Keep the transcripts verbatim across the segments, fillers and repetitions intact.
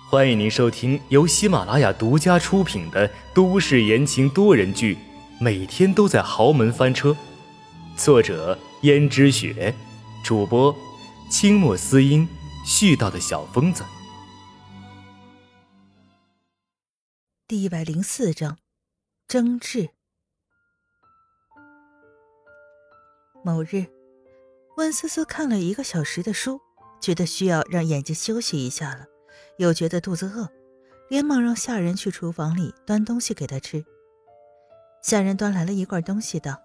欢迎您收听由喜马拉雅独家出品的都市言情多人剧《每天都在豪门翻车》，作者胭脂雪，主播清墨思音，絮叨的小疯子。 第一百零四章，争执。某日，温思思看了一个小时的书，觉得需要让眼睛休息一下了，又觉得肚子饿，连忙让下人去厨房里端东西给她吃。下人端来了一罐东西，道：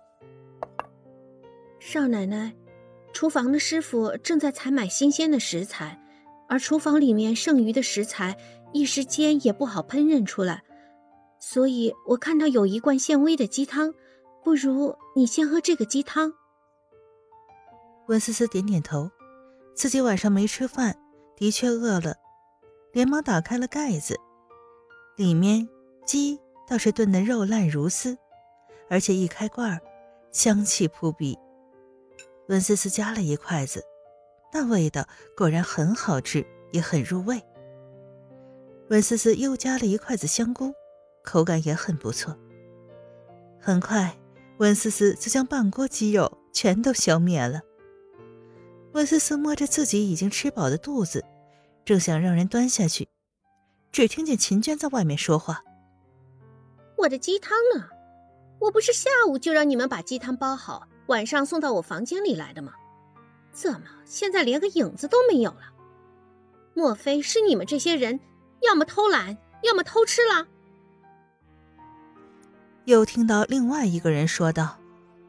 少奶奶，厨房的师傅正在采买新鲜的食材，而厨房里面剩余的食材一时间也不好烹饪出来，所以我看到有一罐现煨的鸡汤，不如你先喝这个鸡汤。 温思思点点头，自己晚上没吃饭，的确饿了，连忙打开了盖子，里面鸡倒是炖得肉烂如丝，而且一开罐香气扑鼻。温思思夹了一筷子，那味道果然很好吃，也很入味。温思思又夹了一筷子香菇，口感也很不错。很快，温思思就将半锅鸡肉全都消灭了。温思思摸着自己已经吃饱的肚子，正想让人端下去，只听见秦娟在外面说话： 我的鸡汤呢？我不是下午就让你们把鸡汤包好，晚上送到我房间里来的吗？怎么现在连个影子都没有了？莫非是你们这些人要么偷懒，要么偷吃了？ 又听到另外一个人说道：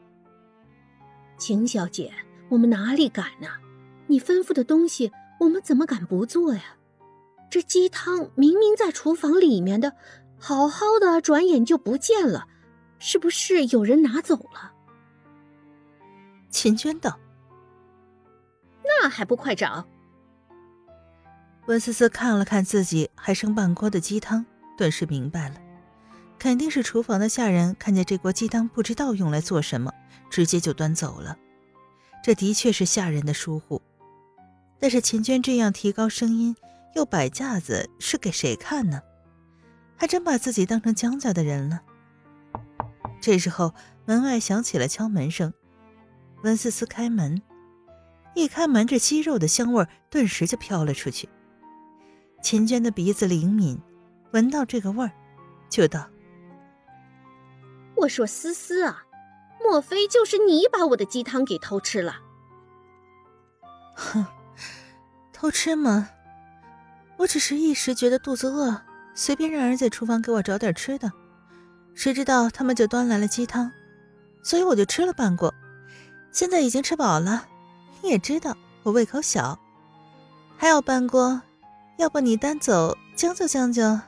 秦小姐，我们哪里敢呢？你吩咐的东西我们怎么敢不做呀？这鸡汤明明在厨房里面的，好好的转眼就不见了，是不是有人拿走了？ 秦娟道： 那还不快找！ 温思思看了看自己还剩半锅的鸡汤，顿时明白了，肯定是厨房的下人看见这锅鸡汤不知道用来做什么，直接就端走了。这的确是下人的疏忽，但是秦娟这样提高声音又摆架子，是给谁看呢？还真把自己当成江家的人了。这时候门外响起了敲门声，温思思开门，一开门，这鸡肉的香味顿时就飘了出去。秦娟的鼻子灵敏，闻到这个味儿，就道： 我说思思啊，莫非就是你把我的鸡汤给偷吃了？ 哼，偷吃吗？我只是一时觉得肚子饿，随便让人在厨房给我找点吃的，谁知道他们就端来了鸡汤，所以我就吃了半锅，现在已经吃饱了。你也知道我胃口小，还有半锅，要不你单走将就将就。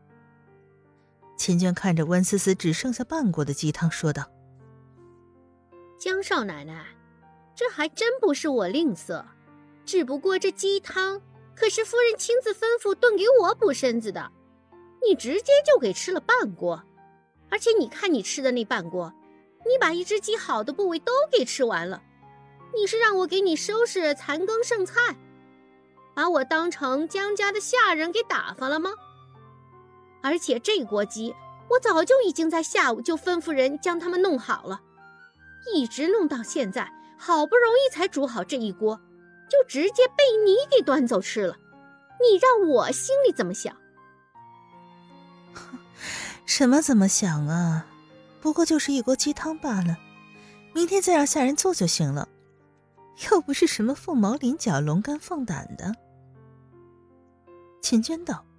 秦娟看着温思思只剩下半锅的鸡汤说道： 江少奶奶，这还真不是我吝啬，只不过这鸡汤可是夫人亲自吩咐炖给我补身子的，你直接就给吃了半锅，而且你看你吃的那半锅，你把一只鸡好的部位都给吃完了，你是让我给你收拾残羹剩菜，把我当成江家的下人给打发了吗？而且这锅鸡我早就已经在下午就吩咐人将他们弄好了，一直弄到现在，好不容易才煮好这一锅，就直接被你给端走吃了，你让我心里怎么想？ 什么怎么想啊，不过就是一锅鸡汤罢了，明天再让下人做就行了，又不是什么凤毛麟角龙肝凤胆的。秦娟道：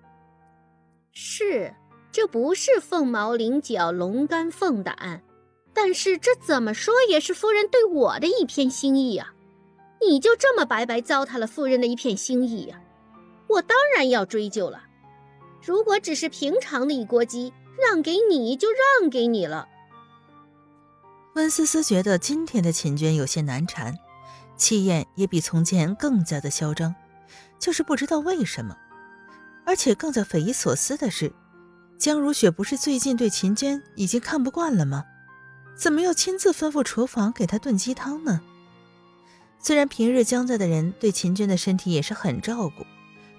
是，这不是凤毛麟角龙肝凤胆，但是这怎么说也是夫人对我的一片心意啊，你就这么白白糟蹋了夫人的一片心意啊，我当然要追究了。如果只是平常的一锅鸡，让给你就让给你了。 温思思觉得今天的秦娟有些难缠，气焰也比从前更加的嚣张，就是不知道为什么。而且更加匪夷所思的是，江如雪不是最近对秦娟已经看不惯了吗？怎么又亲自吩咐厨房给她炖鸡汤呢？虽然平日江家的人对秦娟的身体也是很照顾，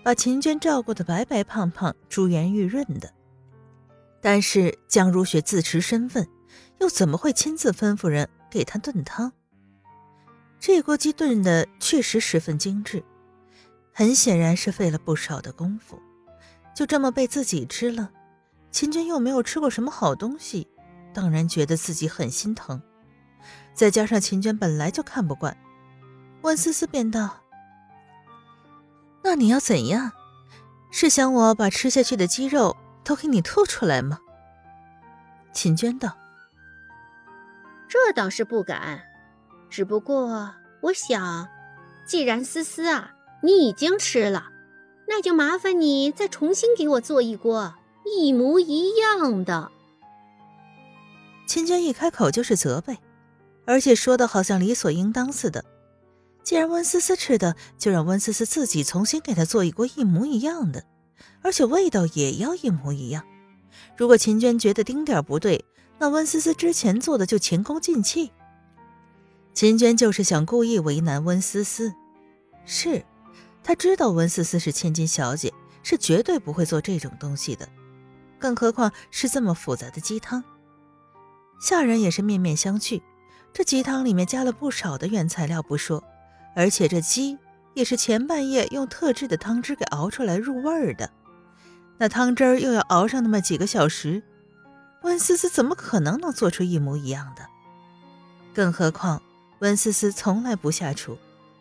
把秦娟照顾得白白胖胖、珠圆玉润的。但是江如雪自持身份，又怎么会亲自吩咐人给她炖汤？这锅鸡炖的确实十分精致，很显然是费了不少的功夫，就这么被自己吃了。秦娟又没有吃过什么好东西，当然觉得自己很心疼。再加上秦娟本来就看不惯，温思思便道：那你要怎样？是想我把吃下去的鸡肉都给你吐出来吗？秦娟道： 这倒是不敢，只不过我想，既然思思啊，你已经吃了，那就麻烦你再重新给我做一锅一模一样的。 秦娟一开口就是责备，而且说的好像理所应当似的。既然温思思吃的，就让温思思自己重新给她做一锅一模一样的，而且味道也要一模一样。如果秦娟觉得丁点不对，那温思思之前做的就前功尽弃。秦娟就是想故意为难温思思，是她知道温思思是千金小姐，是绝对不会做这种东西的，更何况是这么复杂的鸡汤。下人也是面面相觑，这鸡汤里面加了不少的原材料不说，而且这鸡也是前半夜用特制的汤汁给熬出来入味儿的，那汤汁儿又要熬上那么几个小时，温思思怎么可能能做出一模一样的？更何况温思思从来不下厨。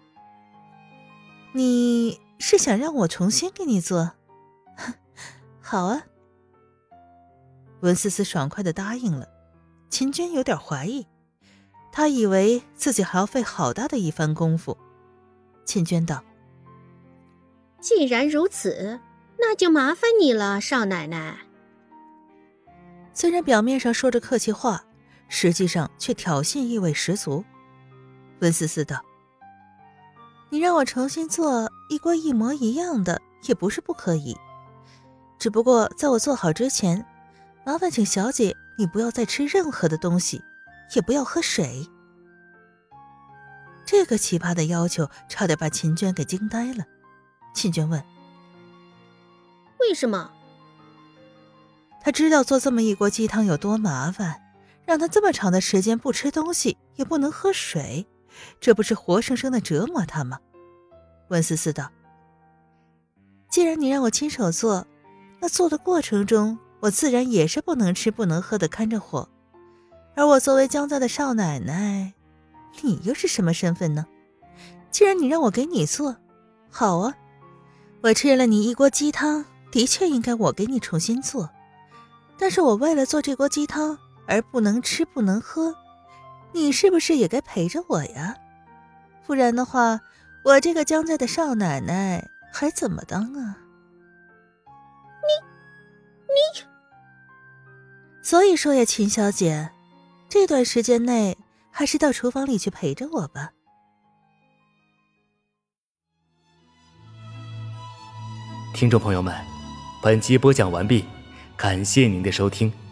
你是想让我重新给你做？好啊。温思思爽快地答应了。秦娟有点怀疑，她以为自己还要费好大的一番功夫。秦娟道： 既然如此，那就麻烦你了，少奶奶。 虽然表面上说着客气话，实际上却挑衅意味十足。温思思道：你让我重新做一锅一模一样的也不是不可以，只不过在我做好之前，麻烦请小姐你不要再吃任何的东西，也不要喝水。这个奇葩的要求差点把秦娟给惊呆了。秦娟问： 为什么？ 她知道做这么一锅鸡汤有多麻烦，让她这么长的时间不吃东西也不能喝水，这不是活生生的折磨她吗？温思思道：既然你让我亲手做，那做的过程中我自然也是不能吃不能喝的看着火，而我作为江家的少奶奶，你又是什么身份呢？既然你让我给你做，好啊，我吃了你一锅鸡汤，的确应该我给你重新做，但是我为了做这锅鸡汤而不能吃不能喝，你是不是也该陪着我呀？不然的话，我这个江家的少奶奶还怎么当啊？ 你你所以说呀，秦小姐，这段时间内还是到厨房里去陪着我吧。 听众朋友们，本集播讲完毕，感谢您的收听。